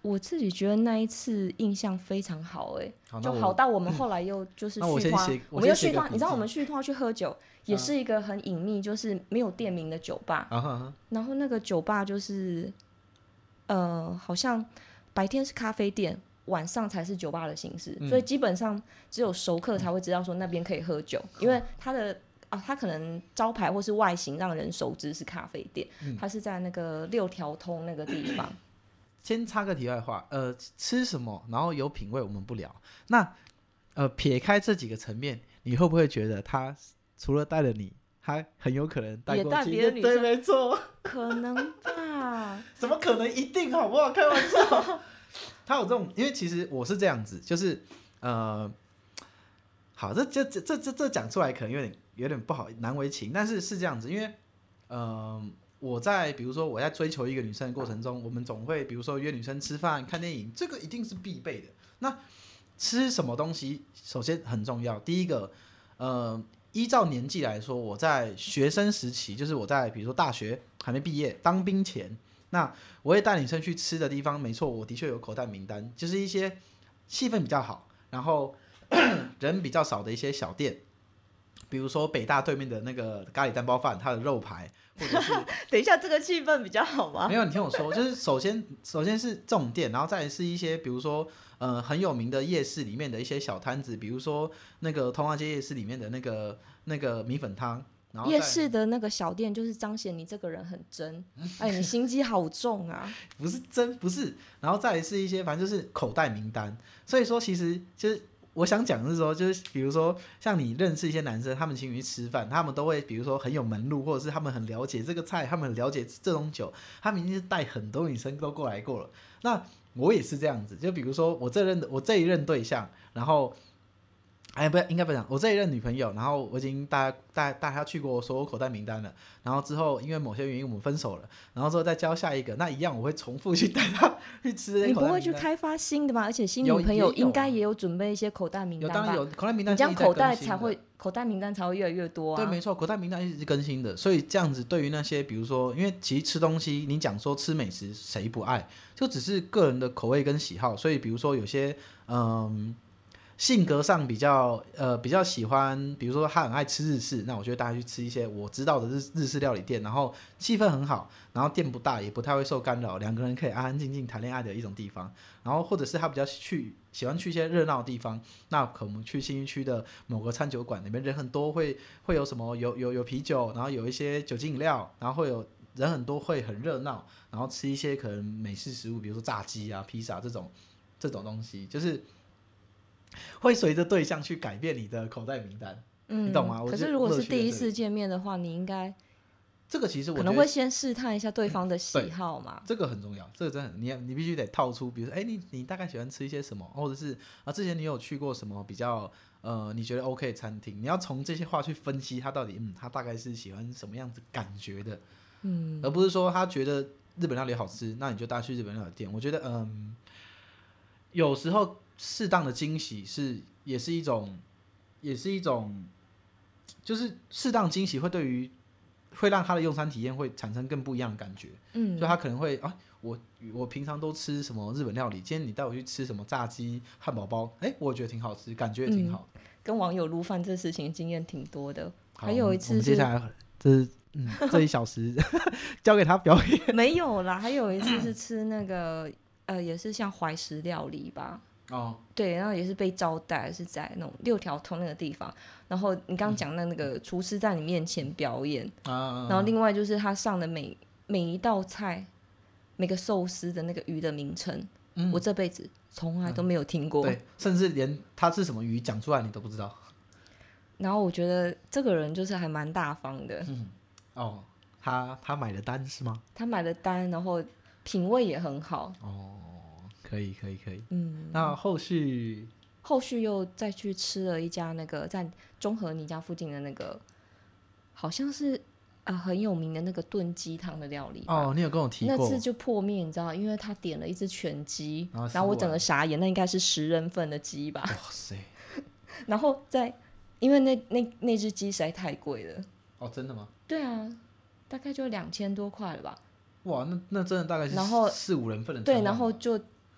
我自己觉得那一次印象非常好、欸， 好那我就好到我们后来又就是那我续团先写， 我们又续团， 我先写个笔你知道我记们续团去喝酒，也是一个很隐秘，就是没有店名的酒吧。 啊哈啊哈然后那个酒吧就是，呃，好像白天是咖啡店，晚上才是酒吧的形式， 嗯所以基本上只有熟客才会知道说那边可以喝酒，因为它的啊，它可能招牌或是外形让人熟知是咖啡店， 嗯它是在那个六条通那个地方。 先插个题外话，呃，吃什么，然后有品味，我们不聊。那呃，撇开这几个层面，你会不会觉得他除了带了你，他很有可能带也带过去别的女生对，没错。 可能吧， 怎么可能一定好不好？开玩笑。他有这种，因为其实我是这样子，就是呃，好，这这这这这这讲出来可能有点有点不好，难为情，但是是这样子，因为呃，我在比如说我在追求一个女生的过程中，我们总会比如说约女生吃饭、看电影，这个一定是必备的。那吃什么东西，首先很重要。第一个，呃，依照年纪来说，我在学生时期，就是我在比如说大学还没毕业、当兵前，那我会带女生去吃的地方，没错，我的确有口袋名单，就是一些气氛比较好，然后人比较少的一些小店，比如说北大对面的那个咖喱蛋包饭，它的肉排，或者是等一下这个气氛比较好吗没？有，你听我说，就是首先首先是这种店，然后再来是一些比如说呃很有名的夜市里面的一些小摊子，比如说那个通化街夜市里面的那个那个米粉汤。然后再夜市的那个小店就是彰显你这个人很真，哎，你心机好重啊！ 不是真不是，然后再来是一些反正就是口袋名单，所以说其实就是我想讲的是说，就是比如说像你认识一些男生，他们请你去吃饭，他们都会比如说很有门路，或者是他们很了解这个菜，他们很了解这种酒，他们已经是带很多女生都过来过了。那我也是这样子，就比如说我这任的我这一任对象，然后。哎，不，应该不讲。我这一任女朋友，然后我已经带带带她去过所有口袋名单了。然后之后因为某些原因我们分手了，然后之后再交下一个，那一样我会重复去带她去吃这些你不口袋名单。 会去开发新的吗？而且新有女朋友也有啊应该也有准备一些口袋名单吧？ 有当然有口袋名单， 你这样口袋才会口袋名单才会越来越多啊。 对，没错，口袋名单一直是更新的，所以这样子对于那些比如说，因为其实吃东西，你讲说吃美食谁不爱，就只是个人的口味跟喜好，所以比如说有些嗯。性格上比较呃比较喜欢，比如说他很爱吃日式，那我就会带他去吃一些我知道的日日式料理店，然后气氛很好，然后店不大，也不太会受干扰，两个人可以安安静静谈恋爱的一种地方。然后或者是他比较去喜欢去一些热闹的地方，那可能去信义区的某个餐酒馆，里面人很多，会会有什么有有有啤酒，然后有一些酒精饮料，然后会有人很多，会很热闹，然后吃一些可能美式食物，比如说炸鸡啊、披萨这种这种东西，就是会随着对象去改变你的口袋名单， 嗯， 你懂吗？ 可是如果是第一次见面的话，你应该这个其实我可能会先试探一下对方的喜好嘛。 这个很重要，这个真的很你你必须得套出，比如说，哎，你你大概喜欢吃一些什么，或者是啊，之前你有去过什么比较呃你觉得 OK 的餐厅，你要从这些话去分析他到底嗯他大概是喜欢什么样子感觉的， 嗯， 而不是说他觉得日本料理好吃，那你就带他去日本料理店。我觉得嗯，有时候适当的惊喜是也是一种也是一种，就是适当惊喜会对于会让他的用餐体验会产生更不一样的感觉。 嗯， 就他可能会啊，我我平常都吃什么日本料理，今天你带我去吃什么炸鸡汉堡包，哎，我觉得挺好吃，感觉也挺好。 嗯、跟网友撸饭这事情经验挺多的。 好， 还有一次是我们接下来这是嗯这一小时交给他表演。 没有啦，还有一次是吃那个呃也是像怀石料理吧。 哦， 对，然后也是被招待，是在那种六条通那个地方。然后你刚刚讲的那个厨师在你面前表演， 啊， 然后另外就是他上的每每一道菜，每个寿司的那个鱼的名称， 嗯、 我这辈子从来都没有听过、 嗯。对，甚至连他是什么鱼讲出来你都不知道。 然后我觉得这个人就是还蛮大方的。 嗯，哦，他他买的单是吗？ 他买的单，然后品味也很好。 哦。可以可以可以， 嗯， 那后续后续又再去吃了一家那个在中和你家附近的那个，好像是呃很有名的那个炖鸡汤的料理吧。 哦，你有跟我提过， 那次就破灭，你知道，因为他点了一只全鸡， 然后, 然后我整个傻眼，那应该是十人份的鸡吧。 哇塞！ 然后在因为那那那只鸡实在太贵了。 哦，真的吗？ 对啊，大概就两千多块了吧。 哇，那那真的大概是然后四五人份的。 对，然后就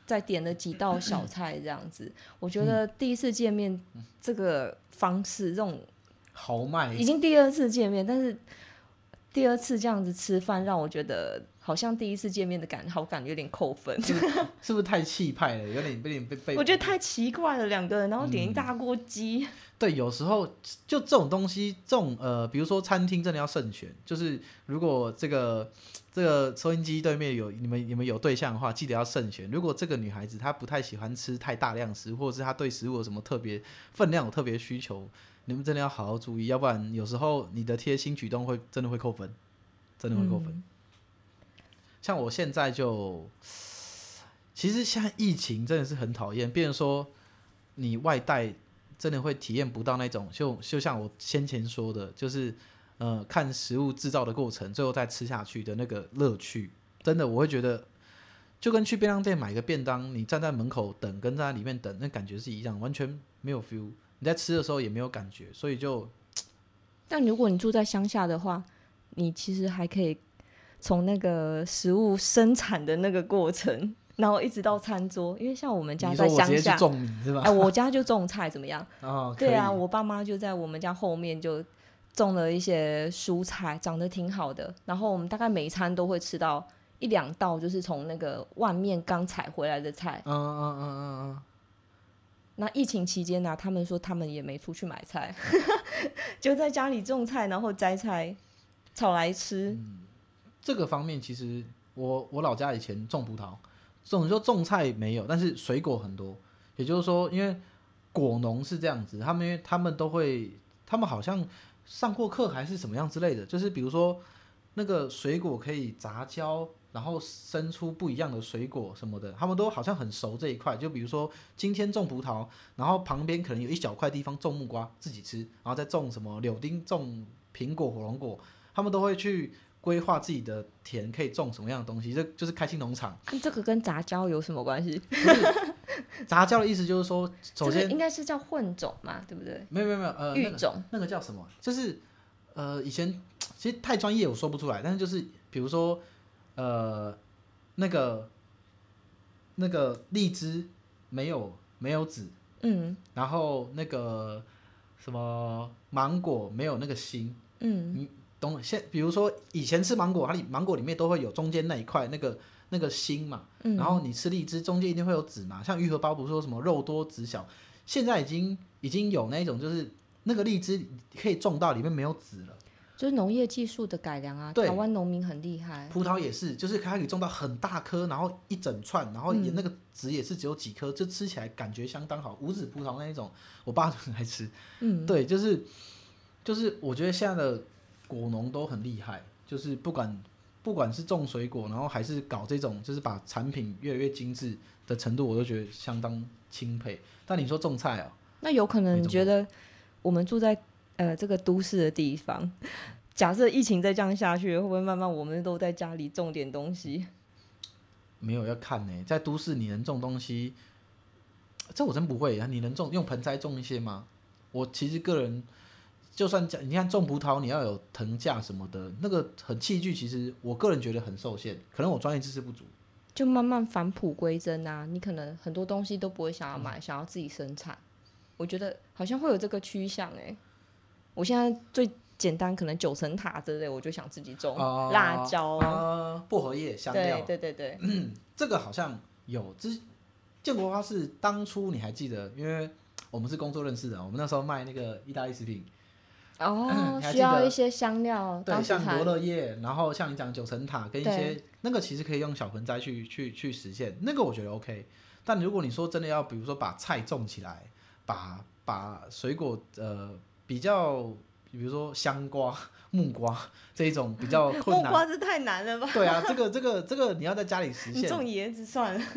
再点了几道小菜这样子。我觉得第一次见面这个方式，这种豪迈， 已经第二次见面，但是第二次这样子吃饭，让我觉得好像第一次见面的感好感有点扣分， 是不是是不是太气派了？有点有点被被， 我觉得太奇怪了，两个人然后点一大锅鸡、嗯。 对，有时候就这种东西，这种呃，比如说餐厅真的要慎选，就是如果这个这个收音机对面有你们你们有对象的话，记得要慎选。如果这个女孩子她不太喜欢吃太大量食，或者是她对食物有什么特别分量有特别需求，你们真的要好好注意，要不然有时候你的贴心举动会真的会扣分，真的会扣分。嗯、像我现在就，其实现在疫情真的是很讨厌，变成说你外带。真的会体验不到那种，就就像我先前说的，就是呃看食物制造的过程，最后再吃下去的那个乐趣，真的我会觉得，就跟去便当店买个便当，你站在门口等，跟站在里面等，那感觉是一样，完全没有 feel。你在吃的时候也没有感觉，所以就。 但如果你住在乡下的话，你其实还可以从那个食物生产的那个过程。然后一直到餐桌，因为像我们家在乡下， 你说我直接去种米是吧？ 哎，我家就种菜，怎么样？ 哦， 对啊，我爸妈就在我们家后面就种了一些蔬菜，长得挺好的。然后我们大概每一餐都会吃到一两道，就是从那个外面刚采回来的菜。 嗯嗯嗯嗯嗯。 那疫情期间呢、啊，他们说他们也没出去买菜，就在家里种菜，然后摘菜炒来吃。 嗯，这个方面其实我我老家以前种葡萄。种说种菜没有，但是水果很多。也就是说，因为果农是这样子，他们他们都会，他们好像上过课还是什么样之类的，就是比如说那个水果可以杂交，然后生出不一样的水果什么的，他们都好像很熟这一块。就比如说今天种葡萄，然后旁边可能有一小块地方种木瓜自己吃，然后再种什么柳丁、种苹果、火龙果，他们都会去规划自己的田可以种什么样的东西，这就是开心农场。 这个跟杂交有什么关系？ 杂交的意思就是说，首先、这个、 应该是叫混种嘛，对不对？ 没有没有没有，呃， 育种、 那个、那个叫什么？就是呃，以前其实太专业我说不出来，但是就是比如说呃，那个那个荔枝没有没有籽， 嗯， 然后那个什么芒果没有那个心， 嗯， 你懂？现比如说以前吃芒果，它里芒果里面都会有中间那一块那个那个心嘛， 嗯、 然后你吃荔枝中间一定会有籽嘛，像玉荷包不是说什么肉多籽小，现在已经已经有那种就是那个荔枝可以种到里面没有籽了。 就是农业技术的改良啊，台湾农民很厉害。 葡萄也是，就是它可以种到很大颗，然后一整串，然后也那个籽也是只有几颗，就吃起来感觉相当好。无籽葡萄那一种，我爸就很爱吃。 嗯， 对，就是就是我觉得现在的果农都很厉害，就是不管不管是种水果，然后还是搞这种，就是把产品越来越精致的程度，我都觉得相当钦佩。但你说种菜啊， 那有可能你觉得我们住在呃，这个都市的地方，假设疫情再这样下去，会不会慢慢我们都在家里种点东西？ 没有要看呢、欸，在都市你能种东西，这我真不会啊！你能种用盆栽种一些吗？我其实个人，就算你看种葡萄，你要有藤架什么的，那个很器具，其实我个人觉得很受限，可能我专业知识不足。 就慢慢返璞归真啊！你可能很多东西都不会想要买，嗯、想要自己生产。我觉得好像会有这个趋向哎、欸。我现在最简单可能九层塔之类，我就想自己种、呃、辣椒、 呃、薄荷叶、香料。 对对对对， 嗯，这个好像有。之建国花是当初你还记得，因为我们是工作认识的，我们那时候卖那个意大利食品。 哦，需要一些香料， 对，像罗勒叶，然后像你讲九层塔跟一些那个，其实可以用小盆栽去去去实现，那个我觉得 OK。但如果你说真的要，比如说把菜种起来，把把水果呃。比较，比如说香瓜、木瓜这一种比较困难。 木瓜是太难了吧？ 对啊，这个、这个、这个你要在家里实现。 你种椰子算了。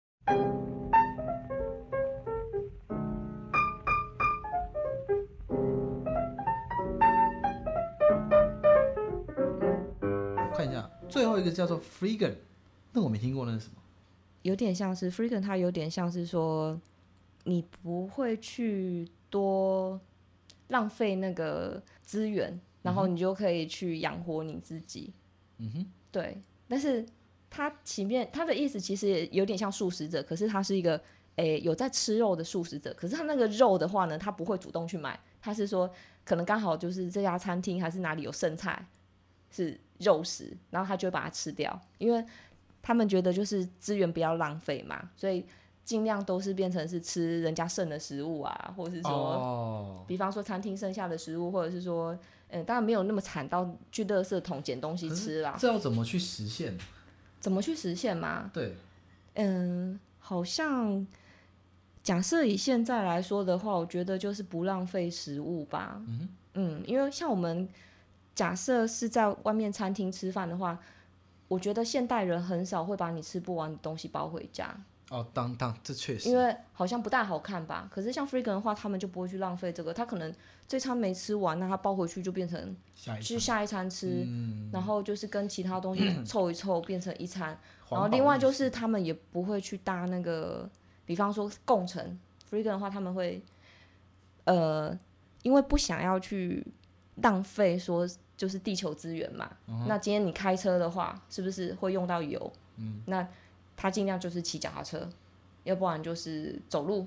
看一下，最后一个叫做 freegan， 那我没听过，那是什么？ 有点像是 freegan， 它有点像是说，你不会去多。浪费那个资源，然后你就可以去养活你自己。 嗯哼， 对。但是它前面它的意思其实也有点像素食者，可是它是一个诶有在吃肉的素食者，可是他那个肉的话呢，他不会主动去买，他是说可能刚好就是这家餐厅还是哪里有剩菜是肉食，然后他就会把它吃掉，因为他们觉得就是资源不要浪费嘛，所以尽量都是变成是吃人家剩的食物啊，或者是说、哦、比方说餐厅剩下的食物，或者是说嗯，当然没有那么惨到去垃圾桶捡东西吃啦。 这要怎么去实现？ 怎么去实现吗？ 对， 嗯，好像假设以现在来说的话，我觉得就是不浪费食物吧。嗯, 嗯因为像我们假设是在外面餐厅吃饭的话，我觉得现代人很少会把你吃不完的东西包回家。 哦，当当这确实， 因为好像不大好看吧。可是像 Freegan 的话，他们就不会去浪费这个，他可能这餐没吃完，那他包回去就变成去下一餐吃、嗯，然后就是跟其他东西凑一凑变成一餐。然后另外就是他们也不会去搭那个，比方说共乘 Freegan 的话，他们会呃，因为不想要去浪费说就是地球资源嘛、嗯。那今天你开车的话，是不是会用到油？嗯，那他尽量就是骑脚踏车，要不然就是走路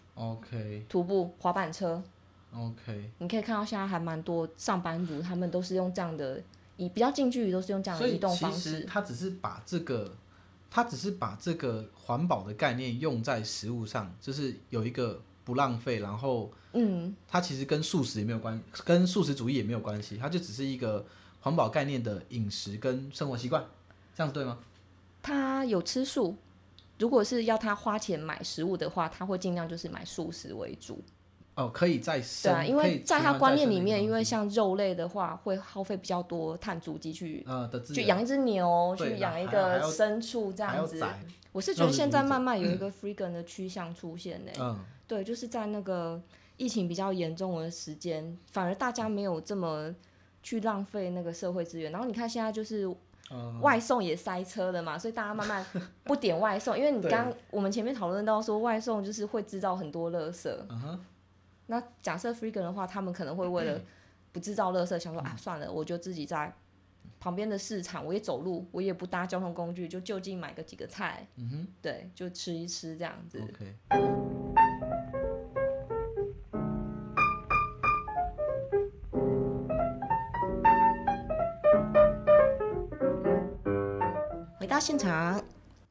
，OK， 徒步、滑板车 ，OK。 你可以看到现在还蛮多上班族，他们都是用这样的，以比较近距离都是用这样的移动方式。 所以其实他只是把这个，他只是把这个环保的概念用在食物上，就是有一个不浪费，然后，嗯，它其实跟素食也没有关，跟素食主义也没有关系，它就只是一个环保概念的饮食跟生活习惯，这样子对吗？ 他有吃素，如果是要他花钱买食物的话，他会尽量就是买素食为主。 哦，可以再生， 对啊，因为在他观念里面，因为像肉类的话，会耗费比较多碳足迹去，呃、去养一只牛，去养一个牲畜这样子。我是觉得现在慢慢有一个 Freegan 的趋向出现呢、嗯。对，就是在那个疫情比较严重的时间，反而大家没有这么去浪费那个社会资源。然后你看现在就是。外送也塞车了嘛，所以大家慢慢不点外送，因为你刚我们前面讨论到说外送就是会制造很多垃圾、uh-huh. 那假设 Freegan 的话，他们可能会为了不制造垃圾，想说啊算了，我就自己在旁边的市场，我也走路，我也不搭交通工具，就就近买个几个菜、uh-huh. 对，就吃一吃这样子。 okay. 到现场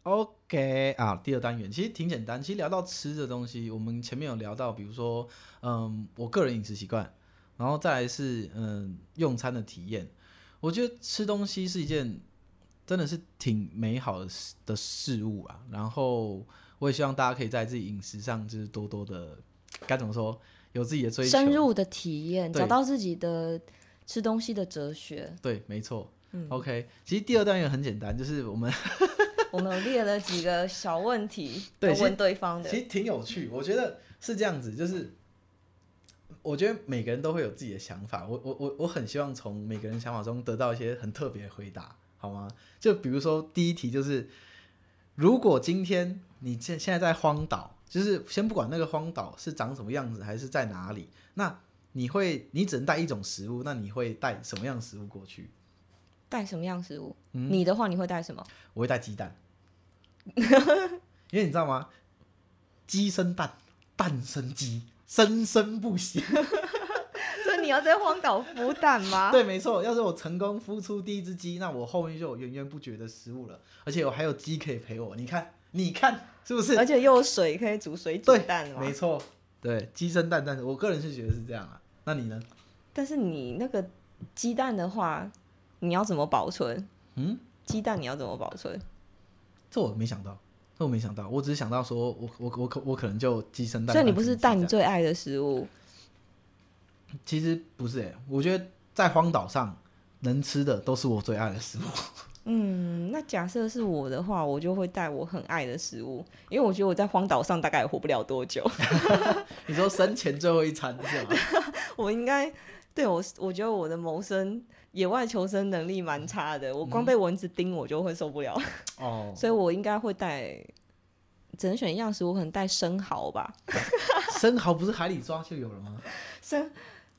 OK 啊，第二单元其实挺简单。其实聊到吃的东西，我们前面有聊到，比如说，嗯，我个人饮食习惯，然后再来是嗯用餐的体验。我觉得吃东西是一件真的是挺美好的的事物啊。然后我也希望大家可以在自己饮食上就是多多的该怎么说，有自己的追求， 深入的体验，找到自己的吃东西的哲学。 对，没错。嗯、OK， 其实第二单元很简单，就是我们我们有列了几个小问题要问对方的， 其实挺有趣。我觉得是这样子，就是我觉得每个人都会有自己的想法，我我我我很希望从每个人想法中得到一些很特别的回答，好吗？就比如说第一题就是，如果今天你现现在在荒岛，就是先不管那个荒岛是长什么样子，还是在哪里，那你会你只能带一种食物，那你会带什么样的食物过去？ 带什么样食物、嗯？你的话你会带什么？ 我会带鸡蛋，因为你知道吗？鸡生蛋，蛋生鸡，生生不息。 所以你要在荒岛孵蛋吗？ 对，没错。要是我成功孵出第一只鸡，那我后面就有源源不绝的食物了，而且我还有鸡可以陪我。你看，你看是不是？ 而且又有水可以煮水煮蛋嘛。 没错，对，鸡生蛋，但是我个人是觉得是这样啊。那你呢？ 但是你那个鸡蛋的话。你要怎么保存？嗯，鸡蛋你要怎么保存？ 这我没想到，这我没想到，我只是想到说我我我可我可能就鸡生蛋。 所以你不是蛋最爱的食物？ 其实不是哎、欸，我觉得在荒岛上能吃的都是我最爱的食物。 嗯，那假设是我的话，我就会带我很爱的食物，因为我觉得我在荒岛上大概也活不了多久。 你说生前最后一餐是吗？ 我应该对我，我觉得我的谋生。野外求生能力蛮差的，我光被蚊子叮我就会受不了、嗯、所以我应该会带，只能选一样食物，可能带生蚝吧。 生蚝不是海里抓就有了吗？ 生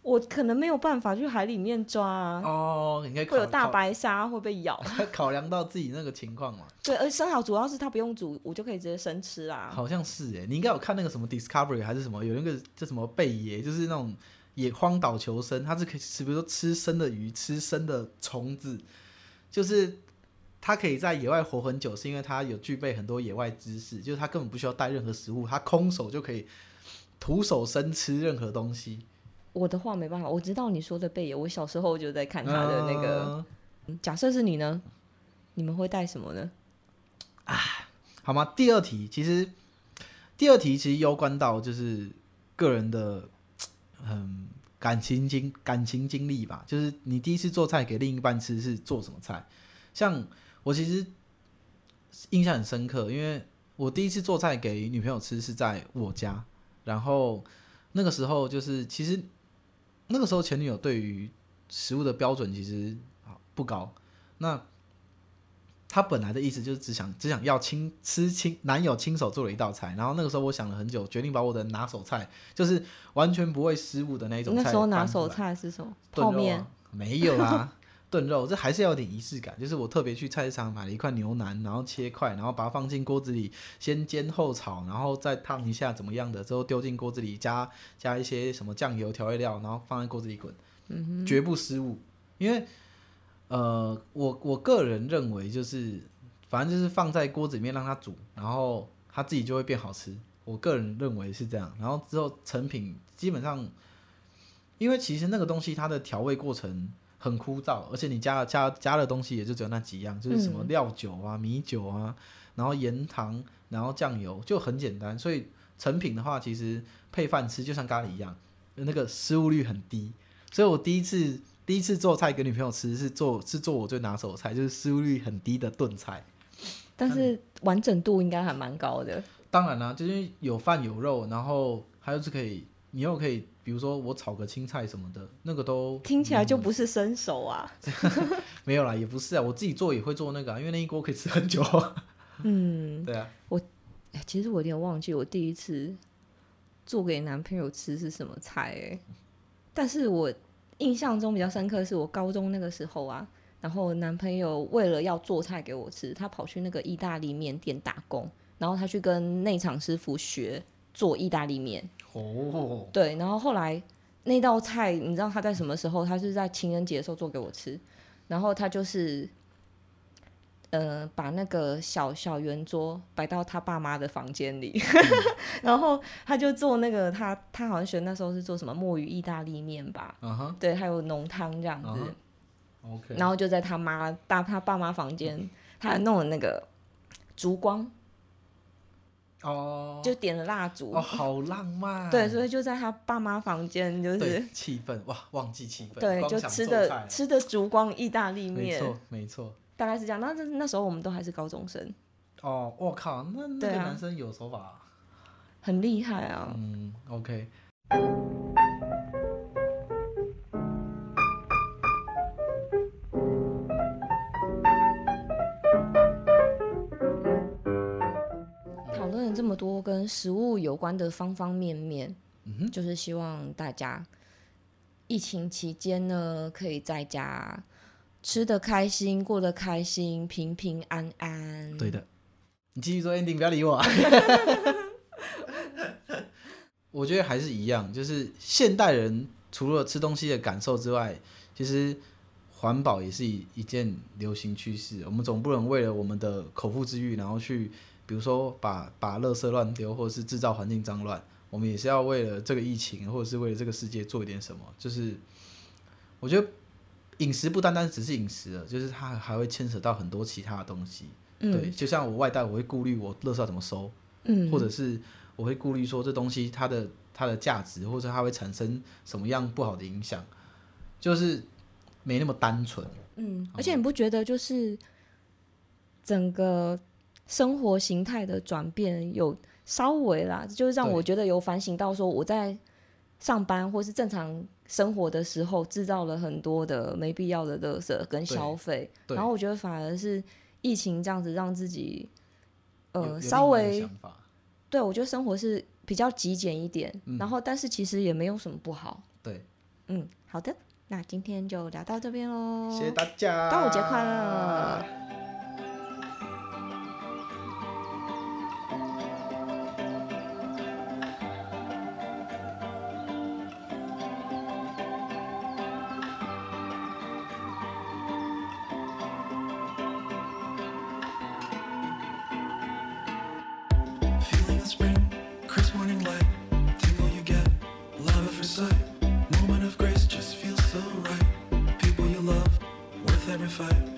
我可能没有办法去海里面抓啊， 哦，你可以考会有大白鲨会被咬。 考量到自己那个情况嘛。 对，而生蚝主要是它不用煮，我就可以直接生吃啊。 好像是哎，你应该有看那个什么 Discovery 还是什么，有那个叫什么贝爷，就是那种野荒岛求生，它是可以吃，比如说吃生的鱼，吃生的虫子，就是它可以在野外活很久，是因为它有具备很多野外知识，就是它根本不需要带任何食物，它空手就可以徒手生吃任何东西。 我的话没办法，我知道你说的贝爷，我小时候就在看他的那个。 嗯、 假设是你呢，你们会带什么呢？ 啊，好吗？第二题其实，第二题其实攸关到就是个人的嗯感情经感情经历吧，就是你第一次做菜给另一半吃是做什么菜？像我其实印象很深刻，因为我第一次做菜给女朋友吃是在我家，然后那个时候就是其实。那个时候前女友对于食物的标准其实不高，那她本来的意思就是只想只想要亲吃亲男友亲手做了一道菜，然后那个时候我想了很久，决定把我的拿手菜，就是完全不会失误的那一种菜。 那时候拿手菜是什么？泡面、 啊？没有啦，炖肉，这还是要有点仪式感。就是我特别去菜市场买了一块牛腩，然后切块，然后把它放进锅子里，先煎后炒，然后再烫一下怎么样的，之后丢进锅子里加加一些什么酱油调味料，然后放在锅子里滚，嗯、绝不失误。因为呃，我我个人认为就是反正就是放在锅子里面让它煮，然后它自己就会变好吃。我个人认为是这样。然后之后成品基本上，因为其实那个东西它的调味过程很枯燥，而且你加加加的东西也就只有那几样，就是什么料酒啊、米酒啊，然后盐糖，然后酱油，就很简单。所以成品的话，其实配饭吃就像咖喱一样，那个失误率很低。所以我第一次第一次做菜给女朋友吃是做是做我最拿手的菜，就是失误率很低的炖菜。 但是完整度应该还蛮高的。 当然啦、啊，就是有饭有肉，然后还有是可以，你又可以。比如说我炒个青菜什么的，那个都听起来就不是生手啊。 没有啦，也不是啊，我自己做也会做那个、啊，因为那一锅可以吃很久。嗯，对啊。 我其实我有点忘记我第一次做给男朋友吃是什么菜哎、欸，但是我印象中比较深刻的是我高中那个时候啊，然后男朋友为了要做菜给我吃，他跑去那个意大利面店打工，然后他去跟内场师傅学做意大利面。 哦， 对，然后后来那道菜你知道他在什么时候？他是在情人节的时候做给我吃，然后他就是呃把那个小小圆桌摆到他爸妈的房间里、嗯、然后他就做那个他他好像学那时候是做什么墨鱼意大利面吧、uh-huh. 对，还有浓汤这样子、uh-huh. okay. 然后就在他妈大他爸妈房间他还弄了那个烛光哦、oh, 就点了蜡烛哦、oh, 好浪漫。 对，所以就在他爸妈房间，就是气氛哇，忘记气氛。 对，就吃的吃的烛光意大利面， 没错没错， 大概是这样。那那时候我们都还是高中生。 哦，我靠，那那个男生有手法、啊， 很厉害啊。 嗯 ，OK。 这么多跟食物有关的方方面面、 嗯、 就是希望大家疫情期间呢可以在家吃得开心，过得开心，平平安安。 对的，你继续做 ending， 不要理我、啊、我觉得还是一样，就是现代人除了吃东西的感受之外，其实环保也是一件流行趋势。我们总不能为了我们的口腹之欲然后去比如说把把垃圾乱丢，或者是制造环境脏乱，我们也是要为了这个疫情，或者是为了这个世界做一点什么。就是我觉得饮食不单单只是饮食了，就是它还会牵扯到很多其他的东西。嗯、对，就像我外带，我会顾虑我垃圾要怎么收，嗯，或者是我会顾虑说这东西它的它的价值，或者它会产生什么样不好的影响，就是没那么单纯。 嗯，而且你不觉得就是整个生活形态的转变有稍微啦，就是让我觉得有反省到说我在上班或是正常生活的时候制造了很多的没必要的垃圾跟消费，然后我觉得反而是疫情这样子让自己呃稍微对，我觉得生活是比较极简一点、嗯、然后但是其实也没有什么不好。 对， 嗯，好的，那今天就聊到这边喽， 谢谢大家， 端午节快乐。 Feeling of spring, crisp morning light, tingle you get, love at first sight, moment of grace just feels so right. People you love, worth every fight.